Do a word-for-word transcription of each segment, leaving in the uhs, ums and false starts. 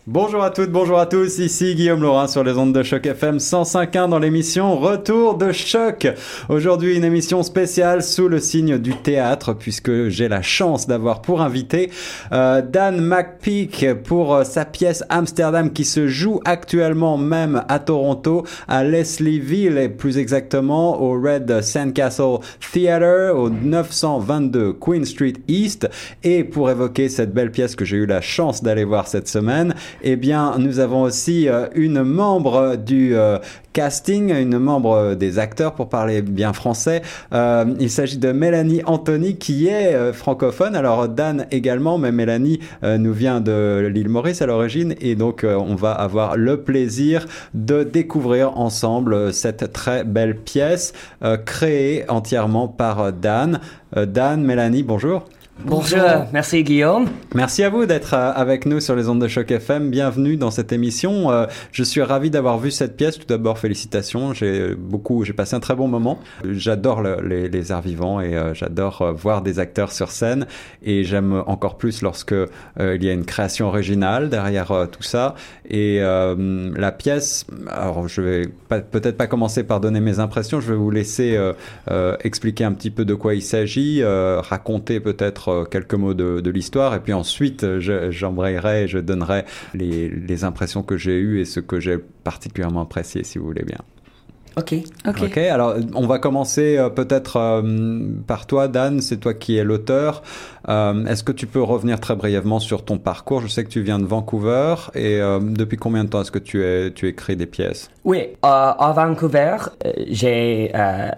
Bonjour à toutes, bonjour à tous, ici Guillaume Laurin sur les ondes de Choc F M cent cinq point un dans l'émission Retour de Choc. Aujourd'hui une émission spéciale sous le signe du théâtre puisque j'ai la chance d'avoir pour invité euh, Dan McPeak pour euh, sa pièce Amsterdam qui se joue actuellement même à Toronto, à Leslieville et plus exactement au Red Sandcastle Theatre au neuf cent vingt-deux Queen Street East. Et pour évoquer cette belle pièce que j'ai eu la chance d'aller voir cette semaine, eh bien, nous avons aussi euh, une membre du euh, casting, une membre des acteurs pour parler bien français. Euh, il s'agit de Mélanie Anthony qui est euh, francophone. Alors Dan également, mais Mélanie euh, nous vient de l'île Maurice à l'origine et donc euh, on va avoir le plaisir de découvrir ensemble cette très belle pièce euh, créée entièrement par Dan. Euh, Dan, Mélanie, bonjour. Bonjour, merci Guillaume. Merci à vous d'être avec nous sur les ondes de Choc F M. Bienvenue dans cette émission. Euh, je suis ravi d'avoir vu cette pièce. Tout d'abord, félicitations. J'ai beaucoup, j'ai passé un très bon moment. J'adore le, les, les arts vivants et euh, j'adore euh, voir des acteurs sur scène. Et j'aime encore plus lorsque euh, il y a une création originale derrière euh, tout ça. Et euh, la pièce, alors je vais pas, peut-être pas commencer par donner mes impressions. Je vais vous laisser euh, euh, expliquer un petit peu de quoi il s'agit, euh, raconter peut-être quelques mots de, de l'histoire et puis ensuite je, j'embrayerai et je donnerai les, les impressions que j'ai eues et ce que j'ai particulièrement apprécié si vous voulez bien. Ok. Ok. Ok. Alors on va commencer euh, peut-être euh, par toi, Dan. C'est toi qui es l'auteur. Euh, est-ce que tu peux revenir très brièvement sur ton parcours? Je sais que tu viens de Vancouver et euh, depuis combien de temps est-ce que tu es tu écris des pièces? Oui, euh, à Vancouver, euh, j'ai euh,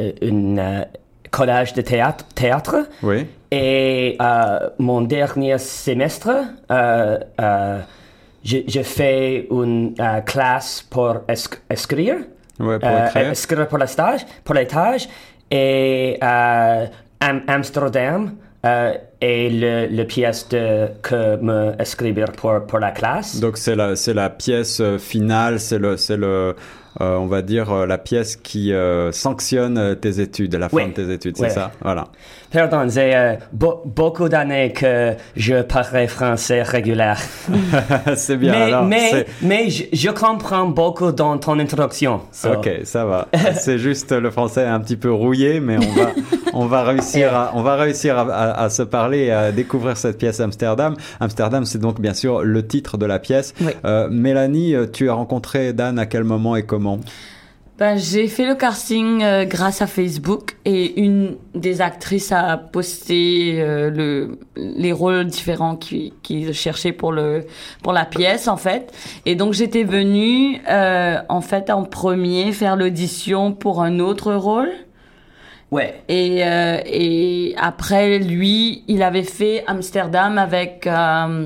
une euh, collège de théâtre. théâtre. Oui. Et euh, mon dernier semestre, euh, euh, j'ai, j'ai fait une euh, classe pour esc- écrire, ouais, pour euh, écrire. écrire pour le stage, pour les tâches, et euh, Am- Amsterdam euh, est le, le pièce de que me écrire pour pour la classe. Donc c'est la c'est la pièce finale, c'est le c'est le Euh, on va dire euh, la pièce qui euh, sanctionne tes études, la fin oui. de tes études, c'est oui. ça? Voilà. Pardon, c'est euh, bo- beaucoup d'années que je parle français régulier. C'est bien. Mais, alors, mais, c'est... mais je, je comprends beaucoup dans ton introduction. So. Ok, ça va. C'est juste le français un petit peu rouillé, mais on va, on va réussir, à, on va réussir à, à, à se parler et à découvrir cette pièce Amsterdam. Amsterdam, c'est donc bien sûr le titre de la pièce. Oui. Euh, Mélanie, tu as rencontré Dan à quel moment et comment? Ben, j'ai fait le casting euh, grâce à Facebook et une des actrices a posté euh, le, les rôles différents qu'ils qui cherchaient pour, le, pour la pièce, en fait. Et donc, j'étais venue, euh, en fait, en premier, faire l'audition pour un autre rôle. Ouais. Et, euh, et après, lui, il avait fait Amsterdam avec... Euh,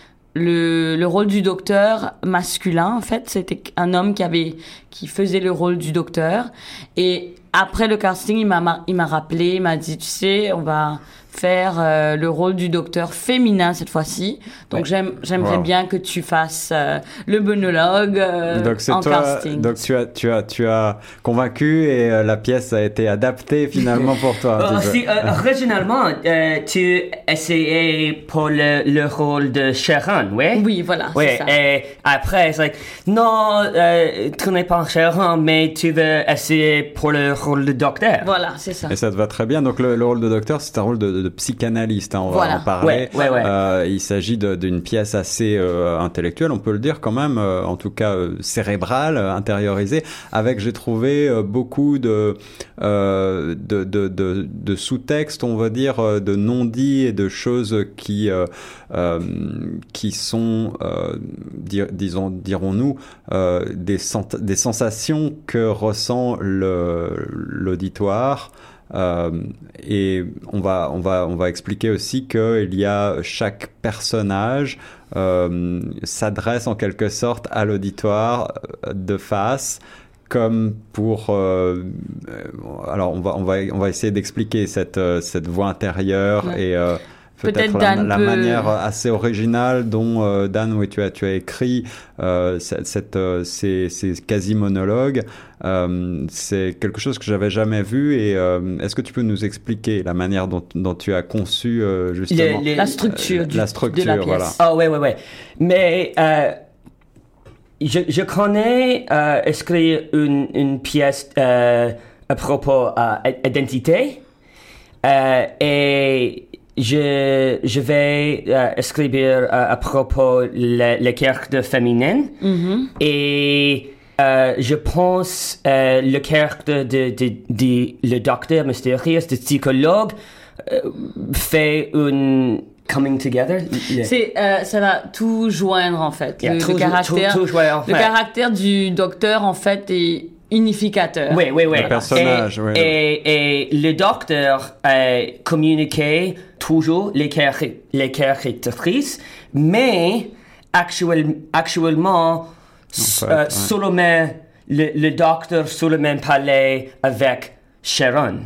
Le, le rôle du docteur masculin, en fait, c'était un homme qui avait, qui faisait le rôle du docteur. Et après le casting, il m'a, il m'a rappelé, il m'a dit, tu sais, on va faire euh, le rôle du docteur féminin cette fois-ci. Donc ouais. j'aime, j'aimerais wow. bien que tu fasses euh, le monologue euh, donc c'est en toi, casting. Donc tu as, tu as, tu as convaincu et euh, la pièce a été adaptée finalement pour toi. euh, si, euh, originalement, euh, tu essayais pour le, le rôle de Sharon, oui? Oui, voilà, oui, c'est ça. Et après, c'est like, non, euh, tu n'es pas Sharon, mais tu veux essayer pour le rôle de docteur. Voilà, c'est ça. Et ça te va très bien. Donc le, le rôle de docteur, c'est un rôle de, de, de psychanalyste. Hein, on voilà. va en parler. Ouais, ouais, ouais. Euh, il s'agit de, d'une pièce assez euh, intellectuelle, on peut le dire quand même, euh, en tout cas euh, cérébrale, euh, intériorisée, avec, j'ai trouvé, euh, beaucoup de, euh, de, de, de, de sous-textes, on va dire, euh, de non-dits et de choses qui, euh, euh, qui sont, euh, dir, disons, dirons-nous, euh, des, sent- des sensations que ressent le, l'auditoire. Euh, et on va on va on va expliquer aussi que il y a chaque personnage euh, s'adresse en quelque sorte à l'auditoire de face, comme pour euh, alors on va on va on va essayer d'expliquer cette cette voix intérieure ouais. et euh, peut-être, peut-être la, Dan la peut... manière assez originale dont euh, Dan, oui, tu as tu as écrit euh, cette, cette euh, ces, ces quasi monologues. Euh, c'est quelque chose que j'avais jamais vu. Et euh, est-ce que tu peux nous expliquer la manière dont, dont tu as conçu euh, justement Le- le- La structure, euh, du, la structure, de la pièce. voilà. Ah ouais, ouais, ouais. Mais euh, je, je connais euh, écrire une, une pièce euh, à propos d'identité euh, et je, je vais euh, écrire à, à propos le, le caractère féminin Mhm. et euh, je pense euh, le caractère de, de, de le docteur mystérieux, de psychologue, euh, fait une coming together. Le- C'est, euh, ça va tout joindre en fait. Yeah, le, tout- le caractère, tout- tout joindre, le ouais. caractère du docteur en fait est unificateur. Oui, oui, oui. Le personnage, et, oui. Et, et le docteur euh, communiquait toujours les, cari- les caractéristiques, mais actuel, actuellement, fait, euh, ouais. seulement le, le docteur seulement parlait avec Sharon.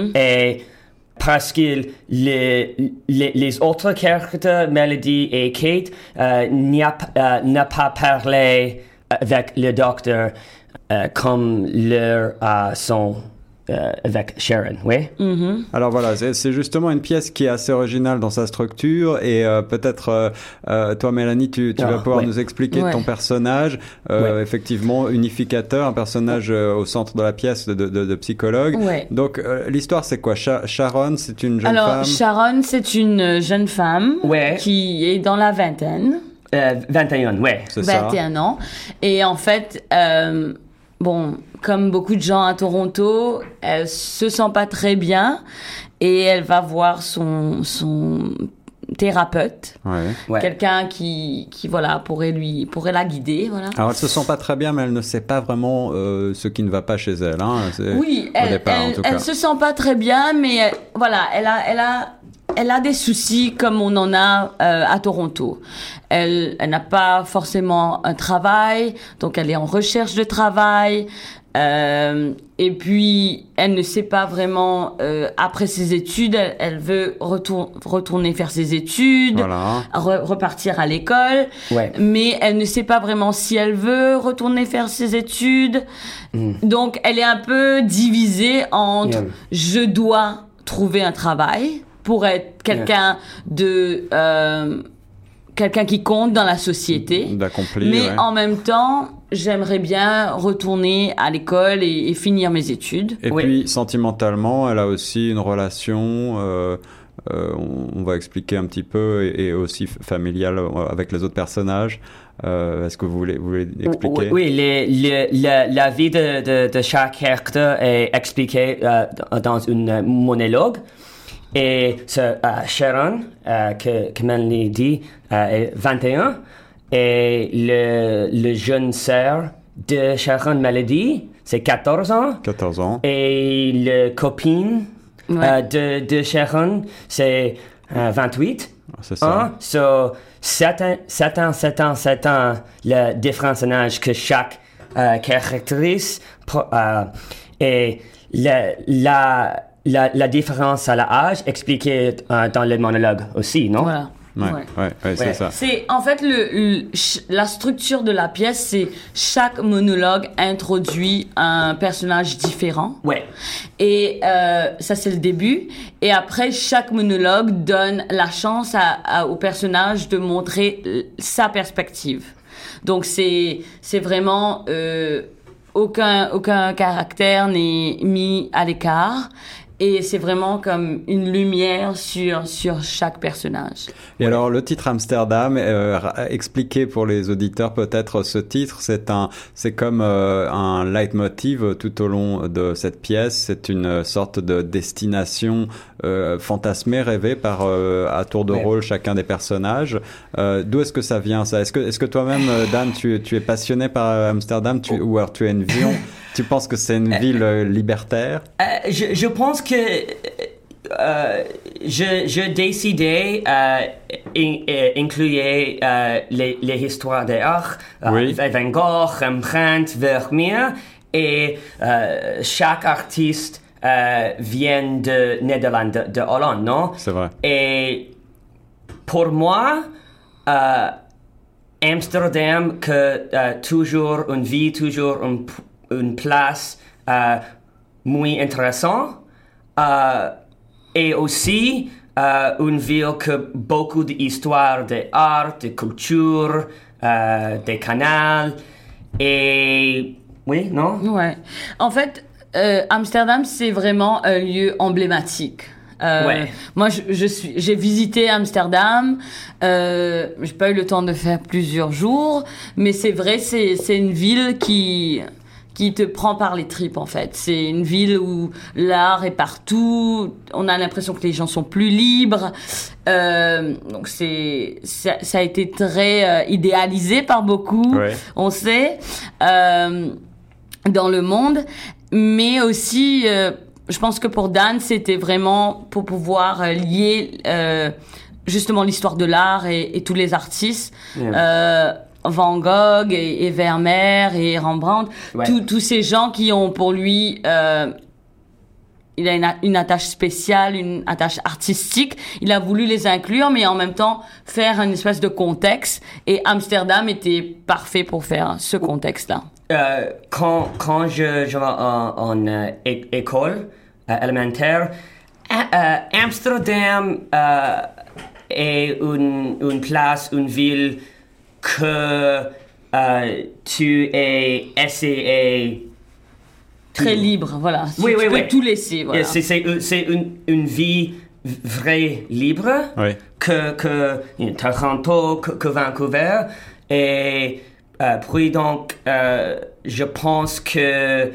Et parce que le, le- les autres caractères, Melody et Kate, euh, n'a euh, n'a pas parlé avec le docteur euh, comme leur euh, son euh, avec Sharon, oui? Alors voilà, c'est, c'est justement une pièce qui est assez originale dans sa structure et euh, peut-être euh, euh, toi Mélanie, tu, tu Ah, vas pouvoir ouais. nous expliquer Ouais. ton personnage, euh, Ouais. effectivement unificateur, un personnage euh, au centre de la pièce de, de, de psychologue. Ouais. Donc euh, l'histoire c'est quoi? Sha- Sharon, c'est une jeune Alors femme. Sharon, c'est une jeune femme Ouais. qui est dans la vingtaine. Euh, vingt et un, oui. C'est ça. vingt et un ans. Et en fait, euh, bon, comme beaucoup de gens à Toronto, elle se sent pas très bien et elle va voir son, son thérapeute, Ouais. Ouais. quelqu'un qui, qui voilà, pourrait lui, pourrait la guider, voilà. Alors elle se sent pas très bien, mais elle ne sait pas vraiment euh, ce qui ne va pas chez elle. Hein. C'est- Oui, au elle, départ, en elle, tout elle cas. se sent pas très bien, mais euh, voilà, elle a, elle a, elle a des soucis comme on en a euh, à Toronto. Elle, elle n'a pas forcément un travail, donc elle est en recherche de travail. Euh, et puis, elle ne sait pas vraiment, euh, après ses études, elle, elle veut retour, retourner faire ses études, Voilà. re- repartir à l'école, Ouais. mais elle ne sait pas vraiment si elle veut retourner faire ses études. Donc, elle est un peu divisée entre Yeah. je dois trouver un travail pour être quelqu'un de euh, quelqu'un qui compte dans la société, D'accomplir. mais ouais. en même temps, j'aimerais bien retourner à l'école et, et finir mes études. Et Oui. puis sentimentalement, elle a aussi une relation. Euh, euh, on, on va expliquer un petit peu et, et aussi f- familiale euh, avec les autres personnages. Euh, est-ce que vous voulez, vous voulez expliquer? Oui, oui, le- le- la, la vie de, de, de chaque caractère est expliquée euh, dans un monologue. Et c'est euh, Sharon, euh, que, que Melanie dit, euh, est vingt et un. Et le, le jeune sœur de Sharon, Melody, c'est quatorze ans. quatorze ans. Et le copine Ouais. euh, de, de Sharon, c'est euh, vingt-huit. C'est ça. Hein? So, sept ans, sept ans, sept ans, sept ans, la différence en âge que chaque euh, caractérise. pro- euh, et la, la, la, la différence à l'âge expliquée euh, dans le monologue aussi, non? Voilà. Ouais, Ouais. ouais, ouais, c'est Ouais. ça. C'est en fait le, le- ch- la structure de la pièce, c'est chaque monologue introduit un personnage différent. Ouais. Et euh, ça, c'est le début. Et après, chaque monologue donne la chance à, à- au personnage de montrer euh, sa perspective. Donc, c'est c'est vraiment... Euh, aucun, aucun caractère n'est mis à l'écart. Et c'est vraiment comme une lumière sur, sur chaque personnage. Et alors le titre Amsterdam, euh, ra- expliquer pour les auditeurs peut-être ce titre, c'est un, c'est comme euh, un leitmotiv tout au long de cette pièce. C'est une sorte de destination euh, fantasmée, rêvée par euh, à tour de Ouais. rôle chacun des personnages. Euh, d'où est-ce que ça vient ça? Est-ce que, est-ce que toi-même, euh, Dan, tu, tu es passionné par euh, Amsterdam, tu, ou alors tu as une vision? Tu penses que c'est une ville euh, libertaire? Euh, je, je pense que euh, je, je décidais euh, in- euh, inclure euh, les, les histoires d'art, euh, Oui. Van Gogh, Rembrandt, Vermeer, et euh, chaque artiste euh, vient de Néderlande, de, de Hollande, non? C'est vrai. Et pour moi, euh, Amsterdam, que euh, toujours une vie, toujours une, une place euh, muy intéressante. Euh, et aussi euh, une ville que beaucoup d'histoires d'art, de culture, euh, des canaux. Et oui, non? Ouais. En fait, euh, Amsterdam, c'est vraiment un lieu emblématique. Euh, ouais. Moi, je, je suis, j'ai visité Amsterdam. Euh, j'ai pas eu le temps de faire plusieurs jours, mais c'est vrai, c'est c'est une ville qui qui te prend par les tripes, en fait. C'est une ville où l'art est partout. On a l'impression que les gens sont plus libres. Euh, donc c'est ça, ça a été très euh, idéalisé par beaucoup. Ouais. On sait euh, dans le monde, mais aussi. Euh, Je pense que pour Dan, c'était vraiment pour pouvoir euh, lier euh, justement l'histoire de l'art et, et tous les artistes. Yeah. Euh, Van Gogh et, et Vermeer et Rembrandt. Ouais. Tous ces gens qui ont pour lui... Euh, il a une, une attache spéciale, une attache artistique. Il a voulu les inclure, mais en même temps faire une espèce de contexte. Et Amsterdam était parfait pour faire ce contexte-là. Euh, quand, quand je, je vais en, en euh, é- école euh, élémentaire, euh, Amsterdam euh, est une, une place, une ville que euh, tu es essayé très libre, voilà. Oui, tu oui, peux oui. tout laisser, voilà. C'est, c'est, c'est une, une vie vraie, libre, oui. que, que Toronto, que, que Vancouver. Et euh, puis donc, euh, je pense que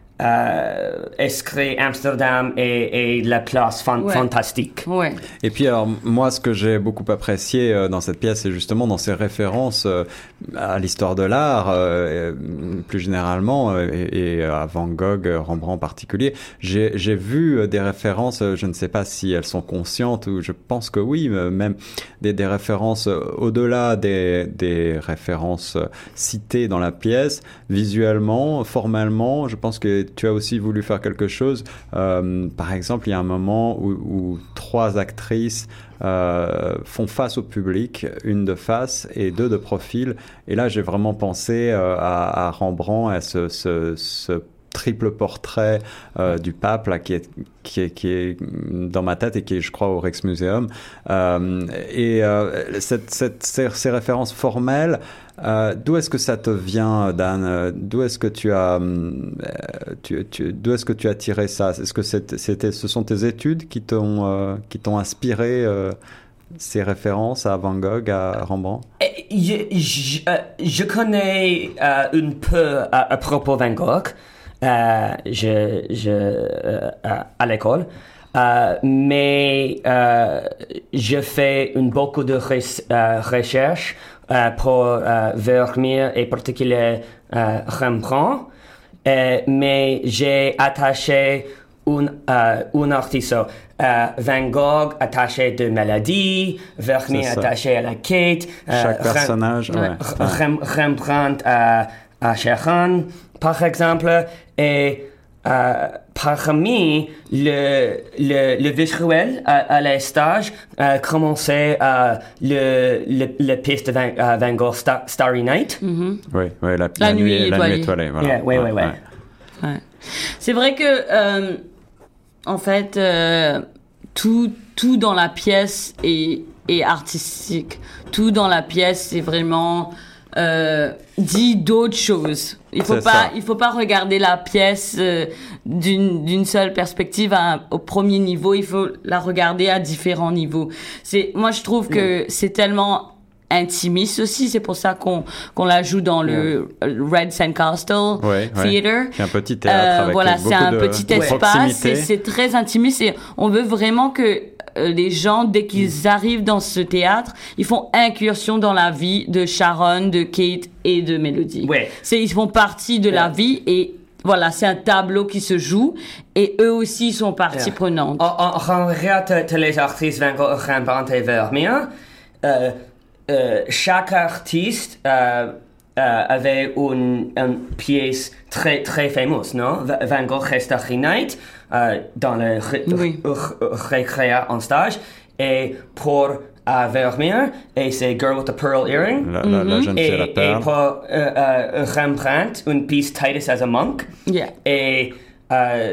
euh, est-ce que Amsterdam est, est la place fan- ouais. fantastique. Ouais. Et puis alors moi ce que j'ai beaucoup apprécié euh, dans cette pièce c'est justement dans ses références euh, à l'histoire de l'art euh, plus généralement euh, et, et à Van Gogh, Rembrandt en particulier. J'ai, j'ai vu des références, je ne sais pas si elles sont conscientes ou je pense que oui, même des, des références au-delà des, des références citées dans la pièce, visuellement, formellement, je pense que tu as aussi voulu faire quelque chose. Euh, par exemple, il y a un moment où, où trois actrices euh, font face au public, une de face et deux de profil. Et là, j'ai vraiment pensé euh, à, à Rembrandt, à ce, ce, ce triple portrait euh, du pape là, qui, est, qui, est, qui est dans ma tête et qui est, je crois, au Rijksmuseum. Euh, et euh, cette, cette, ces, ces références formelles, Euh, d'où est-ce que ça te vient, Dan? D'où est-ce que tu as, euh, tu, tu, d'où est-ce que tu as tiré ça? Est-ce que c'était, c'était, ce sont tes études qui t'ont, euh, qui t'ont inspiré euh, ces références à Van Gogh, à Rembrandt? Je, je, je connais euh, un peu à, à propos de Van Gogh. Euh, je, je, euh, à l'école. Euh, mais euh, je fais une, beaucoup de re- euh, recherches euh, pour euh, Vermeer et particulièrement euh, Rembrandt. Euh, mais j'ai attaché un, euh, un artiste. Euh, Van Gogh attaché de mélodie, Vermeer attaché à la quête. Euh, Chaque personnage. Rem- ouais. Rem- Rembrandt à, à Sharon, par exemple. Et Euh, parmi le, le, le visuel à, à les stages, euh, commençait euh, le, le, le piste de Van, uh, Van Gogh Star, Starry Night. Mm-hmm. Oui, oui, la, la, la nuit, nuit, étoilée. La nuit étoilée. Voilà. Yeah, ouais, ouais, ouais. ouais. ouais. C'est vrai que, euh, en fait, euh, tout, tout dans la pièce est, est artistique. Tout dans la pièce, c'est vraiment... Euh, dit d'autres choses. Il faut c'est pas, ça. il faut pas regarder la pièce euh, d'une d'une seule perspective à, au premier niveau. Il faut la regarder à différents niveaux. C'est, moi je trouve que mmh. c'est tellement intimiste aussi. C'est pour ça qu'on qu'on la joue dans le mmh. Red Sandcastle ouais, Theater. Ouais. C'est un petit théâtre euh, avec voilà, beaucoup c'est un de petit espace. proximité. Et c'est très intimiste. Et on veut vraiment que les gens, dès qu'ils arrivent dans ce théâtre, ils font incursion dans la vie de Sharon, de Kate et de Melody. Ouais. C'est, ils font partie de yeah. la vie et voilà, c'est un tableau qui se joue et eux aussi sont partie yeah. prenante. On, on regarde tous les artistes Van Gogh, Rembrandt et Vermeer. Euh, euh, chaque artiste euh, euh, avait une, une pièce très très fameuse, non? Van Gogh Starry Night. Euh, dans le ré- oui. récréa en stage et pour à Vermeer et c'est Girl with the Pearl Earring. La, la, la jeune fille à la Et, et perle. pour euh, euh, Rembrandt, une pièce Titus as a Monk. Yeah. Et euh,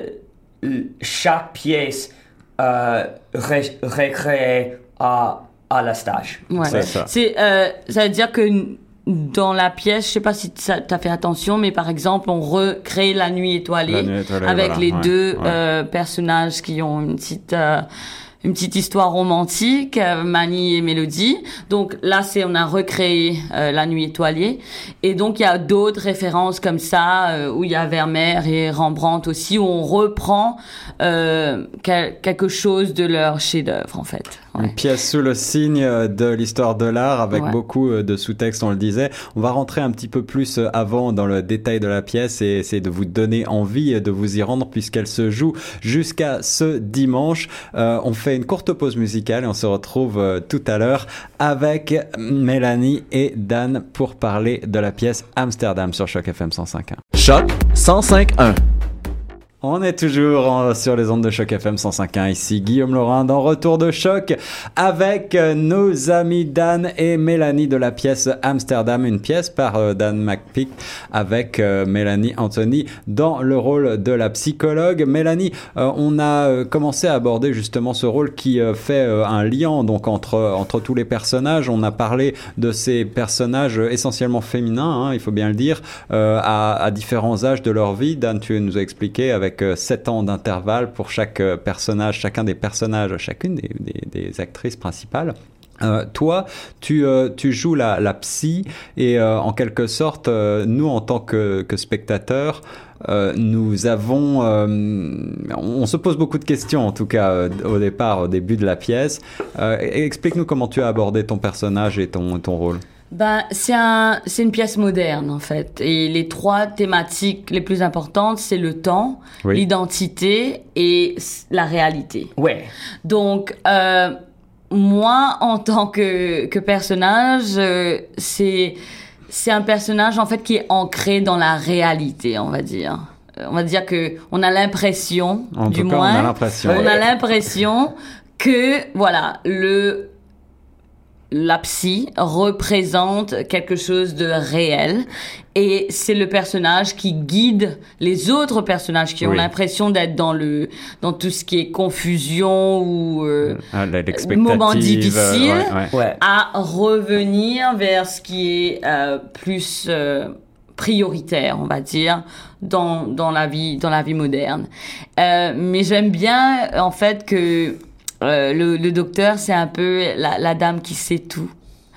chaque pièce euh, ré- recréée à, à la stage. Ouais. C'est ça. C'est, euh, ça veut dire que dans la pièce, je sais pas si tu as fait attention, mais par exemple, on recrée La Nuit étoilée, La Nuit étoilée, avec voilà. les Ouais, deux ouais. Euh, personnages qui ont une petite euh, une petite histoire romantique, euh, Mani et Mélodie. Donc là, c'est on a recréé euh, La Nuit étoilée, et donc il y a d'autres références comme ça euh, où il y a Vermeer et Rembrandt aussi, où on reprend euh, quel- quelque chose de leur chef-d'œuvre en fait. Ouais. Une pièce sous le signe de l'histoire de l'art avec Ouais. beaucoup de sous-textes, on le disait. On va rentrer un petit peu plus avant dans le détail de la pièce et essayer de vous donner envie de vous y rendre puisqu'elle se joue jusqu'à ce dimanche. Euh, on fait une courte pause musicale et on se retrouve euh, tout à l'heure avec Mélanie et Dan pour parler de la pièce Amsterdam sur Choc F M cent cinq point un. Choc cent cinq point un. On est toujours en- sur les ondes de Choc F M cent cinq point un, ici Guillaume Laurin dans Retour de Choc avec euh, nos amis Dan et Mélanie de la pièce Amsterdam, une pièce par euh, Dan McPeak avec euh, Mélanie Anthony dans le rôle de la psychologue. Mélanie, euh, on a euh, commencé à aborder justement ce rôle qui euh, fait euh, un lien donc entre, entre tous les personnages. On a parlé de ces personnages essentiellement féminins, hein, il faut bien le dire, euh, à, à différents âges de leur vie. Dan, tu nous as expliqué avec sept ans d'intervalle pour chaque personnage, chacun des personnages, chacune des, des, des actrices principales. Euh, toi, tu, euh, tu joues la, la psy et euh, en quelque sorte, euh, nous en tant que, que spectateurs, euh, nous avons, euh, on se pose beaucoup de questions en tout cas euh, au départ, au début de la pièce. Euh, explique-nous comment tu as abordé ton personnage et ton, ton rôle. Ben, c'est un, c'est une pièce moderne, en fait. Et les trois thématiques les plus importantes, c'est le temps, Oui. l'identité et s- la réalité. Ouais. Donc, euh, moi, en tant que, que personnage, euh, c'est, c'est un personnage, en fait, qui est ancré dans la réalité, on va dire. Euh, On va dire que on a l'impression, En du tout cas, moins, on a l'impression. on a l'impression que, voilà, le, la psy représente quelque chose de réel et c'est le personnage qui guide les autres personnages qui ont Oui. l'impression d'être dans le dans tout ce qui est confusion ou euh, Ah, l'expectative, moment difficile. euh, ouais, ouais. Ouais. à revenir vers ce qui est euh, plus euh, prioritaire, on va dire, dans dans la vie dans la vie moderne. Euh, mais j'aime bien en fait que euh, le, le docteur, c'est un peu la, la dame qui sait tout.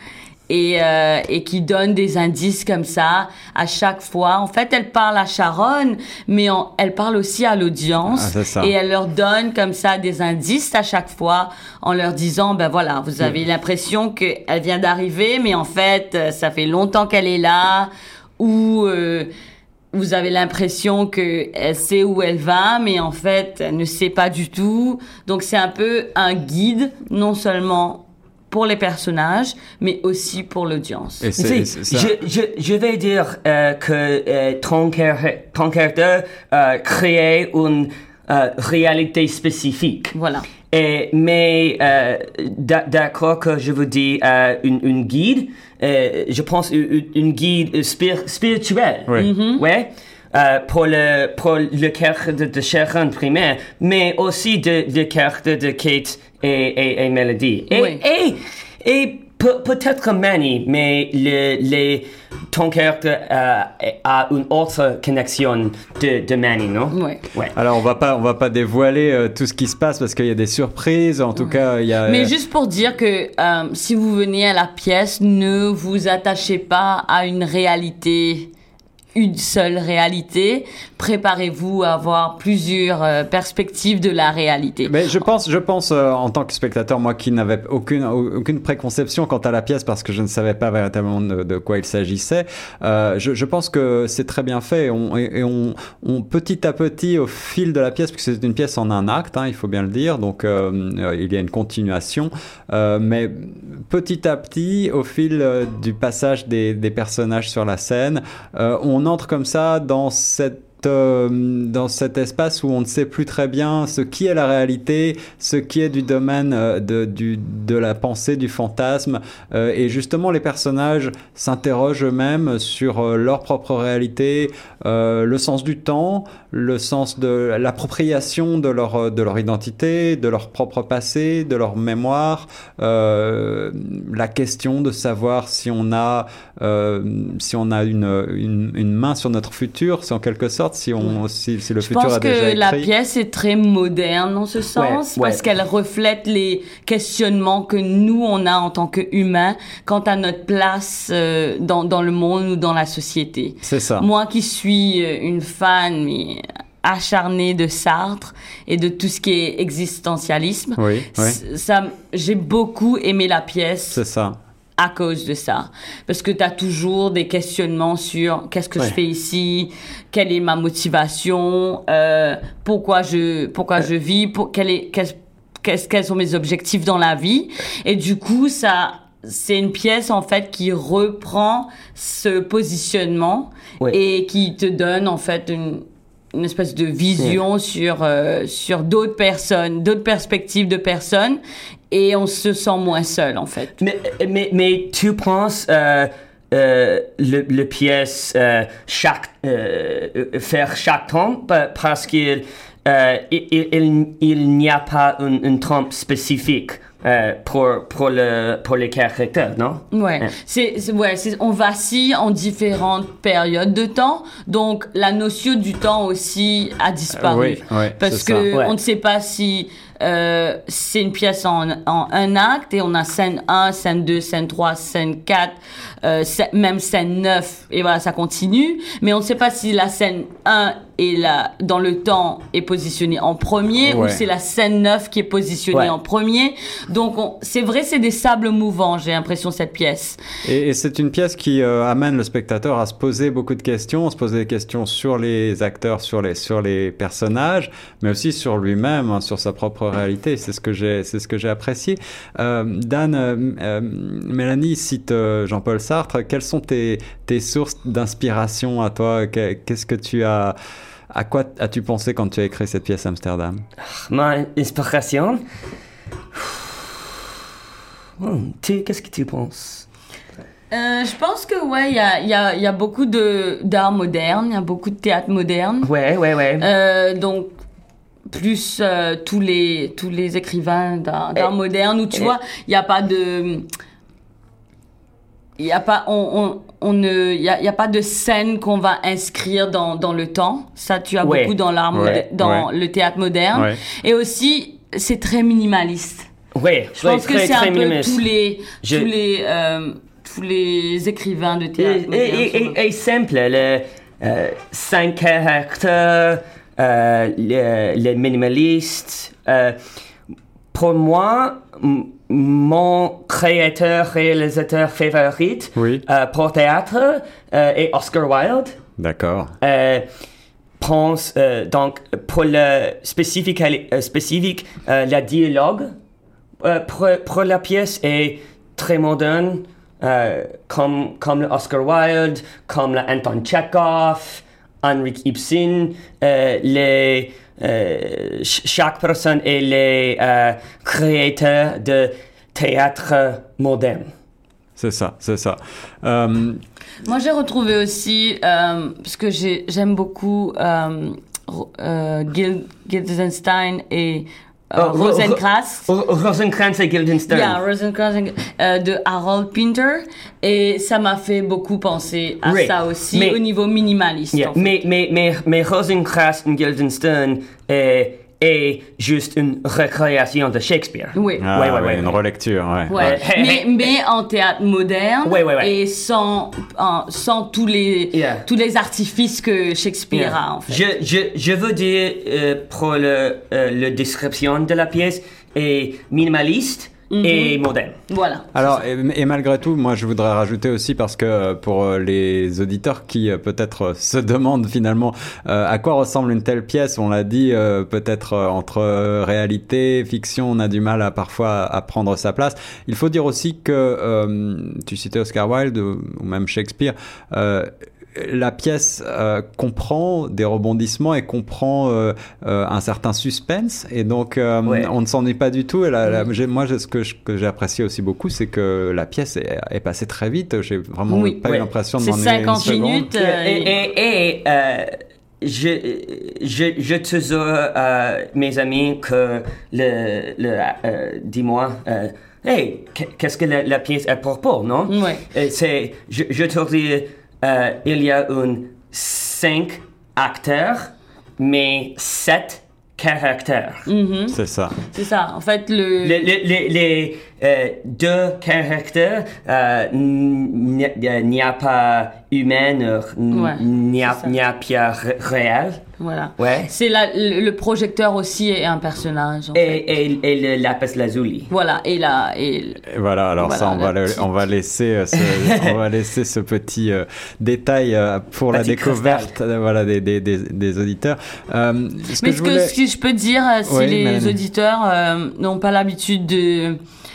Et, euh, et qui donne des indices comme ça à chaque fois. En fait, elle parle à Sharon, mais en- elle parle aussi à l'audience. Ah, c'est ça. Et elle leur donne comme ça des indices à chaque fois en leur disant, ben voilà, vous avez l'impression qu'elle vient d'arriver, mais en fait, euh, ça fait longtemps qu'elle est là. Ou euh, vous avez l'impression qu'elle sait où elle va, mais en fait, elle ne sait pas du tout. Donc, c'est un peu un guide, non seulement pour les personnages, mais aussi pour l'audience. Et Tu c'est, sais, c'est ça. je, je, je vais dire euh, que euh, ton, car- ton caractère euh, crée une euh, réalité spécifique. Voilà. Et, mais euh, d'a- d'accord que je vous dis euh, une, une guide, euh, je pense une, une guide spir- spirituelle. Oui. Mm-hmm. Ouais. Euh, pour le pour le caractère de, de Sharon primaire, mais aussi de le caractère de Kate et et, et Melody. Et Oui. et, et pe- peut-être Manny, mais le les ton caractère euh, a une autre connexion de de Manny, non? Ouais. Ouais. Alors on va pas on va pas dévoiler euh, tout ce qui se passe parce qu'il y a des surprises. En tout cas, il y a. Mais juste pour dire que euh, si vous venez à la pièce, ne vous attachez pas à une réalité, une seule réalité. Préparez-vous à avoir plusieurs euh, perspectives de la réalité. Mais je pense, je pense euh, en tant que spectateur, moi qui n'avais aucune aucune préconception quant à la pièce parce que je ne savais pas véritablement de, de quoi il s'agissait. Euh, je, je pense que c'est très bien fait et on, et, et on, on petit à petit au fil de la pièce, puisque c'est une pièce en un acte, hein, il faut bien le dire, donc euh, euh, il y a une continuation, euh, mais petit à petit au fil euh, du passage des, des personnages sur la scène, euh, on entre comme ça dans cette euh, dans cet espace où on ne sait plus très bien ce qui est la réalité, ce qui est du domaine euh, de, du, de la pensée, du fantasme. Euh, et justement, les personnages s'interrogent eux-mêmes sur euh, leur propre réalité, euh, le sens du temps, le sens de l'appropriation de leur, de leur identité, de leur propre passé, de leur mémoire, euh, la question de savoir si on a, euh, si on a une, une, une main sur notre futur, si en quelque sorte, si, on, si, si le Je futur pense a déjà écrit. que la pièce est très moderne dans ce sens, Ouais, ouais. parce qu'elle reflète les questionnements que nous, on a en tant qu'humains quant à notre place euh, dans, dans le monde ou dans la société. C'est ça. Moi qui suis euh, une fan mais acharnée de Sartre et de tout ce qui est existentialisme, Oui, oui. c- ça, j'ai beaucoup aimé la pièce C'est ça. à cause de ça. Parce que tu as toujours des questionnements sur qu'est-ce que Ouais. je fais ici, quelle est ma motivation, euh, pourquoi je pourquoi je vis, pour, quel est, qu'est-ce, qu'est-ce- quels sont mes objectifs dans la vie. Et du coup, ça, c'est une pièce en fait qui reprend ce positionnement Ouais. et qui te donne en fait une une espèce de vision sur euh, sur d'autres personnes, d'autres perspectives de personnes, et on se sent moins seul en fait. Mais, mais, mais tu penses euh, euh, le, le pièce euh, chaque, euh, faire chaque temps pa- parce qu'il euh, il, il, il n'y a pas un, un temps spécifique euh, pour, pour, le, pour les caractères, non? Ouais, Ouais. c'est, c'est ouais, c'est, on vacille en différentes périodes de temps, donc la notion du temps aussi a disparu. Euh, oui, ouais, parce c'est que ça. Ouais. on ne sait pas si euh, c'est une pièce en, en un acte et on a scène un, scène deux, scène trois, scène quatre, euh, scè- même scène neuf, et voilà, ça continue, mais on ne sait pas si la scène un est là, dans le temps est positionnée en premier ou Ouais. c'est la scène neuf qui est positionnée Ouais. en premier. Donc on, c'est vrai, c'est des sables mouvants, j'ai l'impression, cette pièce. Et, et c'est une pièce qui euh, amène le spectateur à se poser beaucoup de questions, à se poser des questions sur les acteurs, sur les, sur les personnages, mais aussi sur lui-même, hein, sur sa propre réalité. C'est ce que j'ai, c'est ce que j'ai apprécié. Euh, Dan, euh, euh, Mélanie cite euh, Jean-Paul Sartre. Quelles sont tes, tes sources d'inspiration à toi? Que- Qu'est-ce que tu as, à quoi as-tu pensé quand tu as écrit cette pièce Amsterdam? Ma inspiration? Hmm, tu, qu'est-ce que tu penses? Euh, je pense que ouais, il y a, il y, a, il y a beaucoup de, d'art moderne, il y a beaucoup de théâtre moderne. Ouais, ouais, ouais. Euh, donc plus euh, tous les tous les écrivains d'art, d'art Et- moderne où tu et- vois, il y a pas de il y a pas on on, on ne il y a, il y a pas de scène qu'on va inscrire dans dans le temps. Ça tu as Ouais. beaucoup dans l'art Ouais, moderne- dans ouais. le théâtre moderne. Ouais. Et aussi c'est très minimaliste. Ouais, Je pense que c'est un peu tous les Je- tous les euh, tous les écrivains de théâtre Et, moderne et, sont- et, et simple, le euh, cinq caractères, euh, les, les minimalistes. Euh, pour moi, m- mon créateur, réalisateur favori Oui. euh, pour théâtre euh, est Oscar Wilde. D'accord. Euh, pense euh, donc pour le spécifique, euh, spécifique euh, la dialogue euh, pour, pour la pièce est très moderne, euh, comme comme le Oscar Wilde, comme le Anton Tchekhov, Henrik Ibsen. Euh, les euh, ch- chaque personne est les euh, créateurs de théâtre moderne. C'est ça, c'est ça. Euh, Moi, j'ai retrouvé aussi, euh, parce que j'ai, j'aime beaucoup euh, Ro- euh, Gil, Guildenstein et euh, Oh, Ro- Rosencrantz. Ro- Rosencrantz et Guildenstern. Yeah, Rosencrantz euh, de Harold Pinter. Et ça m'a fait beaucoup penser à Oui, ça aussi, mais- au niveau minimaliste. Yeah, en fait. mais, mais, mais, mais Rosencrantz et Guildenstern est, est juste une recréation de Shakespeare. Oui. ah, Ouais, ouais, ouais, ouais, une ouais. relecture, ouais. Ouais. Ouais. mais, mais en théâtre moderne Ouais, ouais, ouais. et sans, en- sans tous les, Yeah. tous les artifices que Shakespeare a, en fait. Je, je, je veux dire, euh, pour le, euh, la description de la pièce, est minimaliste et moderne. Voilà. Alors, et, et malgré tout, moi je voudrais rajouter aussi, parce que euh, pour euh, les auditeurs qui euh, peut-être euh, se demandent finalement euh, à quoi ressemble une telle pièce, on l'a dit, euh, peut-être euh, entre euh, réalité, fiction, on a du mal à parfois à prendre sa place. Il faut dire aussi que, euh, tu citais Oscar Wilde ou, ou même Shakespeare, euh, la pièce euh, comprend des rebondissements et comprend euh, euh, un certain suspense, et donc euh, ouais. on ne s'ennuie pas du tout. Et la, la, j'ai, moi, ce que, je, que j'ai apprécié aussi beaucoup, c'est que la pièce est, est passée très vite. J'ai vraiment oui, pas ouais. eu l'impression de c'est m'ennuyer une seconde. cinquante minutes. Euh, et et, et euh, je, je, je toujours euh, mes amis que le, le euh, dis-moi. Euh, Hey, qu'est-ce que la, la pièce est à propos, non? Ouais. C'est, je, je te dis, euh, il y a un cinq acteurs, mais sept caractères. Mm-hmm. C'est ça. C'est ça. En fait, le... Les, les, les, les euh, deux caractères, euh, il n'y a pas humain, ouais, il n'y a, a pas réel. Voilà. Ouais. C'est la, le, le projecteur aussi est un personnage. En et, fait. et, et le lapis lazuli. Voilà. Et là, et, et voilà. Alors voilà, ça, on va, le, on va laisser, euh, ce, on va laisser ce petit euh, détail euh, pour petit la découverte, euh, voilà, des, des, des, des auditeurs. Euh, ce Mais que ce que, voulais... ce que je peux dire, si oui, les Mélanie. auditeurs euh, n'ont pas l'habitude de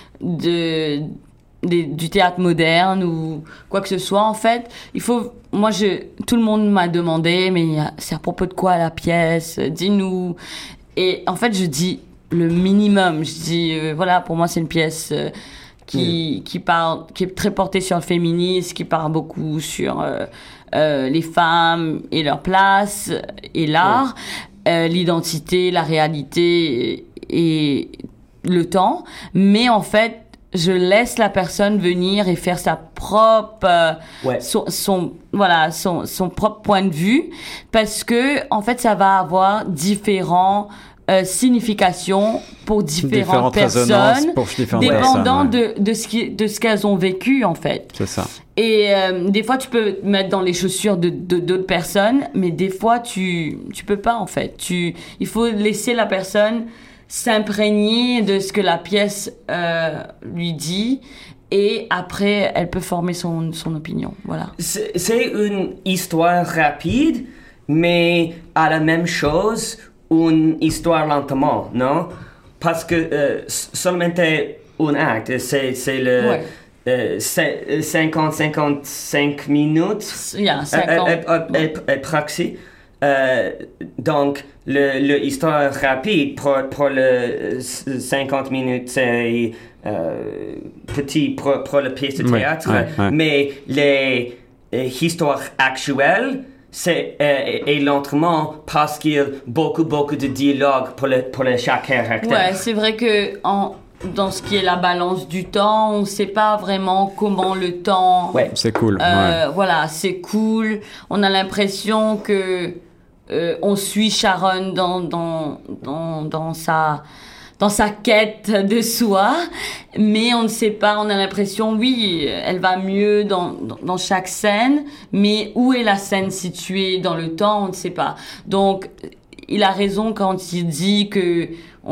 de Des, du théâtre moderne ou quoi que ce soit, en fait, il faut... Moi, je, tout le monde m'a demandé, mais c'est à propos de quoi la pièce? Dis-nous. Et en fait, je dis le minimum. Je dis, euh, voilà, pour moi, c'est une pièce euh, qui, mmh. qui, parle, qui est très portée sur le féminisme, qui parle beaucoup sur euh, euh, les femmes et leur place et l'art, mmh. euh, l'identité, la réalité et, et le temps. Mais en fait, je laisse la personne venir et faire sa propre euh, ouais. son, son voilà son son propre point de vue, parce que en fait ça va avoir différents euh, significations pour différentes, différentes personnes, pour différentes dépendant personnes, ouais. de de ce qui de ce qu'elles ont vécu, en fait. C'est ça. Et euh, des fois tu peux te mettre dans les chaussures de, de d'autres personnes, mais des fois tu tu peux pas, en fait. Tu il faut laisser la personne s'imprégner de ce que la pièce euh, lui dit, et après elle peut former son, son opinion. Voilà. C'est, c'est une histoire rapide, mais à la même chose, une histoire lentement, non? Parce que euh, seulement un acte, c'est, c'est le ouais. euh, cinquante à cinquante-cinq minutes. Yeah, cinquante. Et, et, et, et proxy. Euh, donc, le, le histoire rapide pour, pour le cinquante minutes, c'est euh, petit pour, pour la pièce de théâtre, ouais, ouais, ouais. mais les euh, histoires actuelles, c'est euh, et lentement parce qu'il y a beaucoup, beaucoup de dialogue pour, le, pour le chaque caractère. Ouais, c'est vrai que en... dans ce qui est la balance du temps, on ne sait pas vraiment comment le temps... Ouais, c'est cool. Euh, ouais. Voilà, c'est cool. On a l'impression que euh, on suit Sharon dans, dans, dans, dans, sa, dans sa quête de soi, mais on ne sait pas, on a l'impression, oui, elle va mieux dans, dans, dans chaque scène, mais où est la scène située dans le temps, on ne sait pas. Donc, il a raison quand il dit que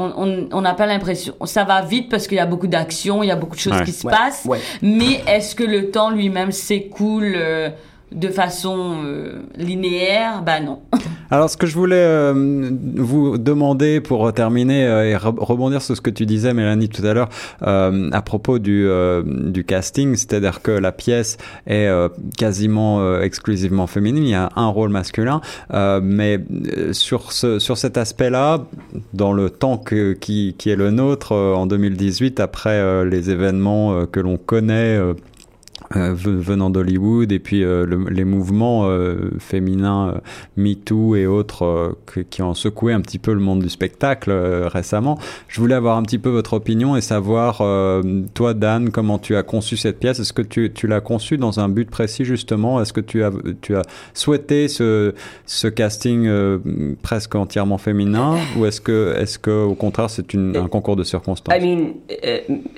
on n'a pas l'impression, ça va vite parce qu'il y a beaucoup d'action, il y a beaucoup de choses ouais. qui se ouais. passent, ouais. mais est-ce que le temps lui-même s'écoule euh, de façon euh, linéaire? Ben non. Alors, ce que je voulais euh, vous demander pour terminer euh, et re- rebondir sur ce que tu disais, Mélanie, tout à l'heure, euh, à propos du, euh, du casting, c'est-à-dire que la pièce est euh, quasiment euh, exclusivement féminine, il y a un rôle masculin, euh, mais sur, ce, sur cet aspect-là, dans le temps que, qui, qui est le nôtre, euh, en deux mille dix-huit, après euh, les événements euh, que l'on connaît, euh, Euh, venant d'Hollywood, et puis euh, le, les mouvements euh, féminins euh, MeToo et autres euh, que, qui ont secoué un petit peu le monde du spectacle euh, récemment. Je voulais avoir un petit peu votre opinion et savoir, euh, toi Dan, comment tu as conçu cette pièce. Est-ce que tu, tu l'as conçue dans un but précis justement? Est-ce que tu as, tu as souhaité ce, ce casting euh, presque entièrement féminin, ou est-ce que, est-ce que au contraire c'est une, un concours de circonstances? I mean, euh,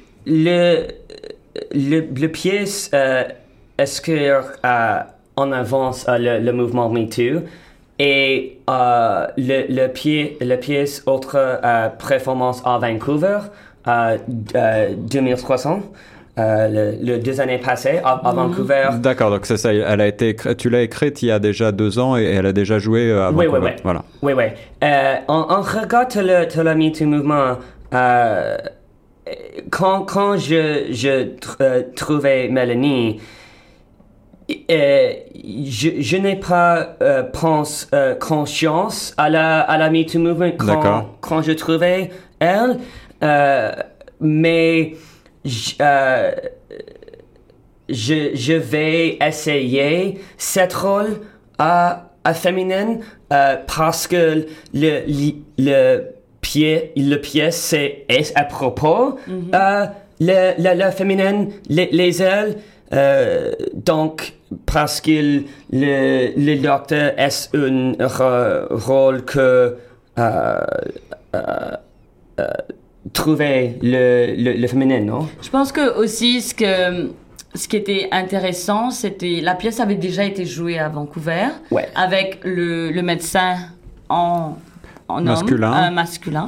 le Le, le pièce, euh, est-ce qu'on euh, avance euh, le, le mouvement MeToo, et euh, le, le, pied, le pièce autre euh, performance à Vancouver, euh, euh, deux mille trois ans, euh, le, le deux années passées à, à Vancouver. D'accord, donc c'est ça. Elle a été, tu l'as écrite il y a déjà deux ans et elle a déjà joué à Vancouver. Oui, oui, oui. Voilà. Oui, oui. Euh, en, en regard de le, de le MeToo mouvement, euh, Quand, quand je, je tr- euh, trouvais Mélanie, euh, je, je n'ai pas euh, pense, euh, conscience à la, à la Me Too Movement quand, quand je trouvais elle, euh, mais j, euh, je, je vais essayer cette rôle à, à féminine euh, parce que le, le, le, pied, le pièce c'est est à propos mm-hmm. euh, le, le, le féminin, les, les ailes, euh, donc parce que le, le docteur est un r- rôle que euh, euh, euh, trouver le, le, le féminin, non? Je pense que aussi ce que ce qui était intéressant, c'était la pièce avait déjà été jouée à Vancouver ouais. avec le, le médecin en, en masculin. homme, euh, masculin.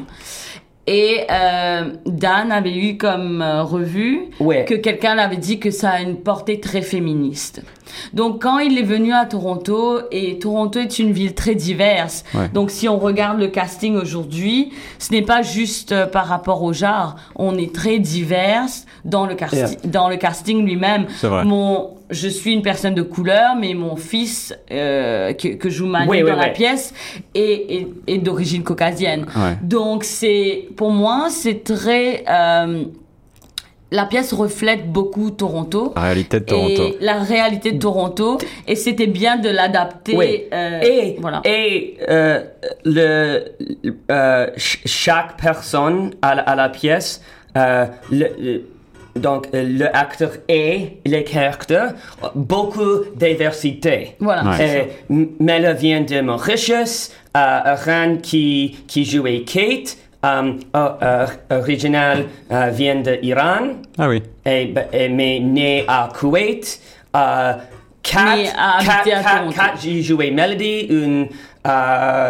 Et euh, Dan avait eu comme euh, revue ouais. que quelqu'un l'avait dit que ça a une portée très féministe. Donc quand il est venu à Toronto, et Toronto est une ville très diverse, ouais. donc si on regarde le casting aujourd'hui, ce n'est pas juste euh, par rapport au genre, on est très diverse dans le, casti- yeah. dans le casting lui-même. C'est vrai. Mon, je suis une personne de couleur, mais mon fils euh, que, que joue Manu oui, dans oui, la oui. pièce est, est, est d'origine caucasienne. Ouais. Donc c'est, pour moi, c'est très... Euh, la pièce reflète beaucoup Toronto. La réalité de Toronto. Et la réalité de Toronto. Et c'était bien de l'adapter. Oui. Euh, et voilà. et euh, le, euh, ch- chaque personne à la, à la pièce, euh, le, le, donc le acteur et les caractères, beaucoup de diversité. Voilà. Ouais. Euh, Mela vient de Mauritius, euh, Ran qui, qui jouait Kate. Um, oh, uh, original uh, vient d'Iran, ah oui. et, et, mais né à Kuwait. Uh, Kat, mais à Kat, Kat, Kat, Kat, j'ai joué Melody, une uh,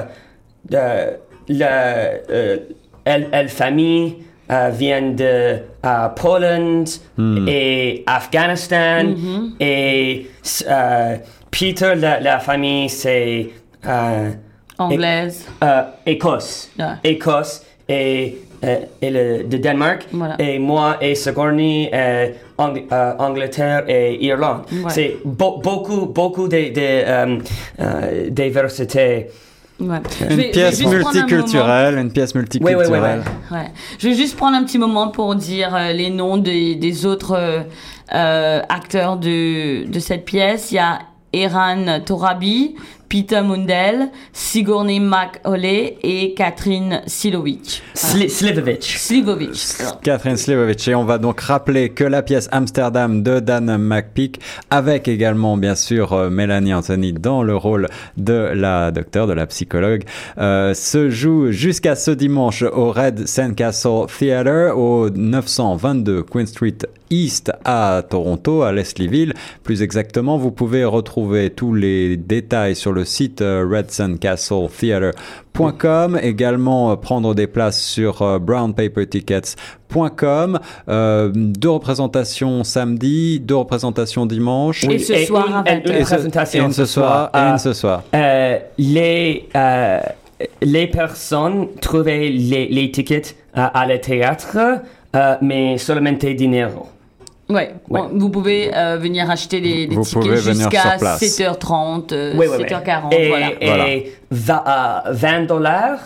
de, le, uh, elle, elle famille uh, vient de uh, Poland hmm. et Afghanistan mm-hmm. et uh, Peter, la, la famille c'est uh, anglaise, é, uh, Écosse, yeah. Écosse. Et, euh, et le, de Danemark, voilà. et moi et Sigourney, euh, Ang- euh, Angleterre et Irlande. Ouais. C'est bo- beaucoup, beaucoup de, de euh, euh, diversité. Ouais. Une vais, pièce multiculturelle, une pièce multiculturelle. Oui, oui, oui, oui. Ouais. Je vais juste prendre un petit moment pour dire euh, les noms des, des autres euh, euh, acteurs de, de cette pièce. Il y a Eran Torabi, Peter Mundell, Sigourney McAuley et Catherine Slivovic. Sli- Slivovic. Slivovic. Catherine Slivovic. Et on va donc rappeler que la pièce Amsterdam de Dan McPeak, avec également bien sûr euh, Mélanie Anthony dans le rôle de la docteure, de la psychologue, euh, se joue jusqu'à ce dimanche au Red Sandcastle Theatre au neuf cent vingt-deux Queen Street East à Toronto, à Leslieville. Plus exactement, vous pouvez retrouver tous les détails sur le site euh, red sandcastle theatre point com, également euh, prendre des places sur euh, brown paper tickets point com. Euh, deux représentations samedi, deux représentations dimanche. Et ce et soir une, à vingt heures. une présentation et une ce soir. Et une ce soir. Euh, les, euh, les personnes trouvaient les, les tickets euh, à le théâtre, euh, mais seulement dinero. Ouais, ouais. Bon, vous pouvez euh, venir acheter des, des vous tickets jusqu'à sept heures trente, euh, oui, oui, sept heures quarante, oui. Et, voilà. et voilà. vingt dollars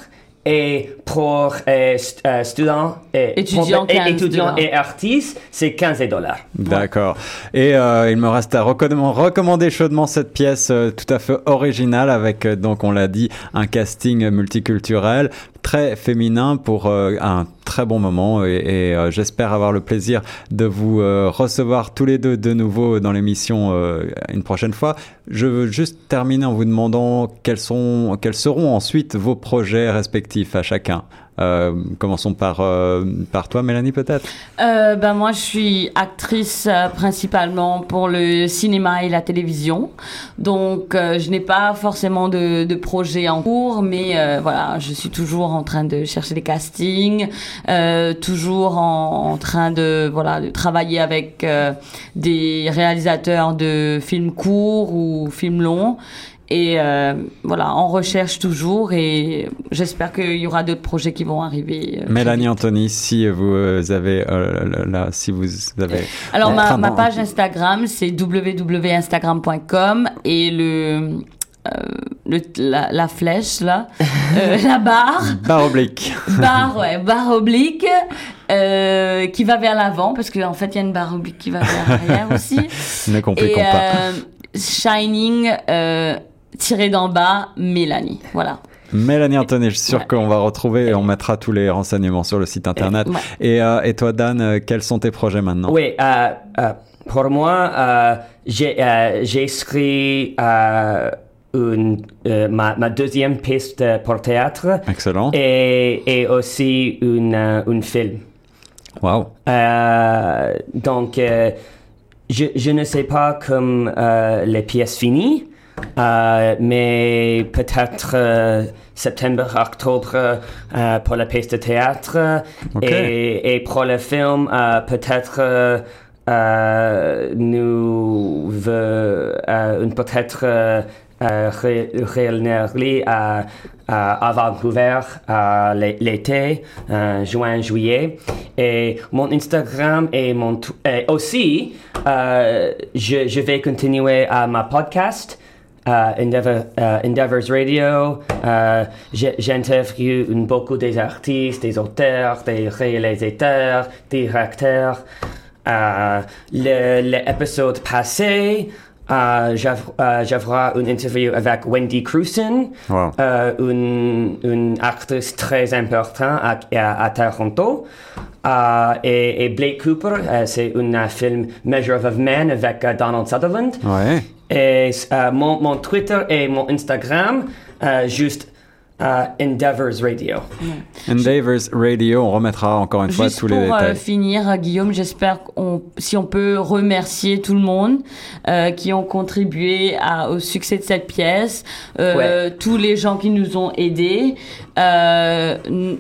et pour euh, st- euh, students et étudiants, pour, et, étudiants et artistes, c'est quinze dollars. D'accord. Et euh, il me reste à recomm- recommander chaudement cette pièce euh, tout à fait originale avec, euh, donc on l'a dit, un casting multiculturel très féminin pour euh, un très bon moment et, et euh, j'espère avoir le plaisir de vous euh, recevoir tous les deux de nouveau dans l'émission euh, une prochaine fois. Je veux juste terminer en vous demandant quels sont, quels seront ensuite vos projets respectifs à chacun. Euh, commençons par, euh, par toi, Mélanie, peut-être. Euh, ben moi, je suis actrice euh, principalement pour le cinéma et la télévision. Donc, euh, je n'ai pas forcément de, de projet en cours, mais euh, voilà, je suis toujours en train de chercher des castings, euh, toujours en, en train de, voilà, de travailler avec euh, des réalisateurs de films courts ou films longs. Et euh, voilà, on recherche toujours et j'espère qu'il y aura d'autres projets qui vont arriver. Euh, Mélanie Anthony, si vous avez euh, là, si vous avez. Alors euh, ma, enfin, ma non, page Instagram c'est w w w point instagram point com et le euh, le la, la flèche là, euh, la barre. Barre oblique. Barre ouais, barre oblique. Euh, qui va vers l'avant parce qu'en en fait il y a une barre oblique qui va vers l'arrière aussi. Ne compliquons et, pas. Euh, Shining euh, tiré d'en bas Mélanie, voilà. Mélanie Anthony, je suis sûr ouais. qu'on va retrouver et on mettra tous les renseignements sur le site internet. Ouais. Et, euh, et toi Dan, euh, quels sont tes projets maintenant? Oui, euh, euh, pour moi, euh, j'ai, euh, j'ai écrit euh, une, euh, ma, ma deuxième piste pour théâtre. Excellent. Et, et aussi une, euh, une film. Wow. Euh, donc, euh, je, je ne sais pas comme euh, les pièces finies, euh, mais peut-être euh, septembre, octobre euh, pour la pièce de théâtre. Okay. Et, et pour le film, euh, peut-être euh, euh, nous veut euh, une peut-être euh, euh, ré, réunir à à Vancouver à l'été, euh, juin, juillet. Et mon Instagram et mon et aussi, euh, je, je vais continuer à ma podcast, uh, Endeavor, uh, Endeavors Radio. Uh, j'interviewe beaucoup des artistes, des auteurs, des réalisateurs, directeurs. Uh, l'épisode passé, Uh, j'avais uh, une interview avec Wendy Crewson, wow. uh, une, une actrice très importante à, à, à Toronto. Uh, et, et Blake Cooper, uh, c'est un uh, film Measure of Man avec uh, Donald Sutherland. Ouais. Et uh, mon, mon Twitter et mon Instagram, uh, juste Uh, Endeavors Radio. Ouais. Endeavors Radio, on remettra encore une Juste fois tous les pour, détails. Pour euh, finir, Guillaume, j'espère qu'on, si on peut remercier tout le monde euh, qui ont contribué à, au succès de cette pièce, euh, ouais. tous les gens qui nous ont aidés, euh,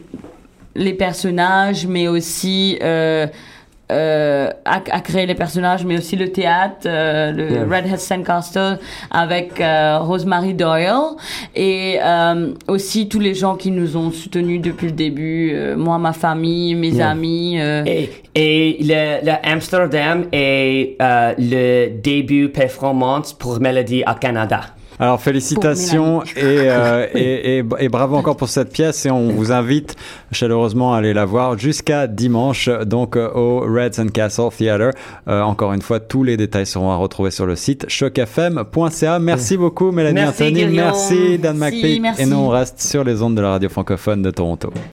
les personnages, mais aussi euh, Euh, à, à créer les personnages, mais aussi le théâtre, euh, le yeah. Red Hat Sandcastle avec euh, Rosemary Doyle et euh, aussi tous les gens qui nous ont soutenus depuis le début, euh, moi, ma famille, mes yeah. amis. Euh... Et, et le, le Amsterdam est euh, le début performance pour Mélodie à Canada. Alors félicitations et, euh, et, et, et bravo encore pour cette pièce et on vous invite chaleureusement à aller la voir jusqu'à dimanche donc euh, au Red Sandcastle Theatre. Euh, encore une fois, tous les détails seront à retrouver sur le site choc f m point c a. Merci beaucoup Mélanie merci, Anthony, Guillaume. merci Dan Merci, McPeak merci. et nous on reste sur les ondes de la radio francophone de Toronto.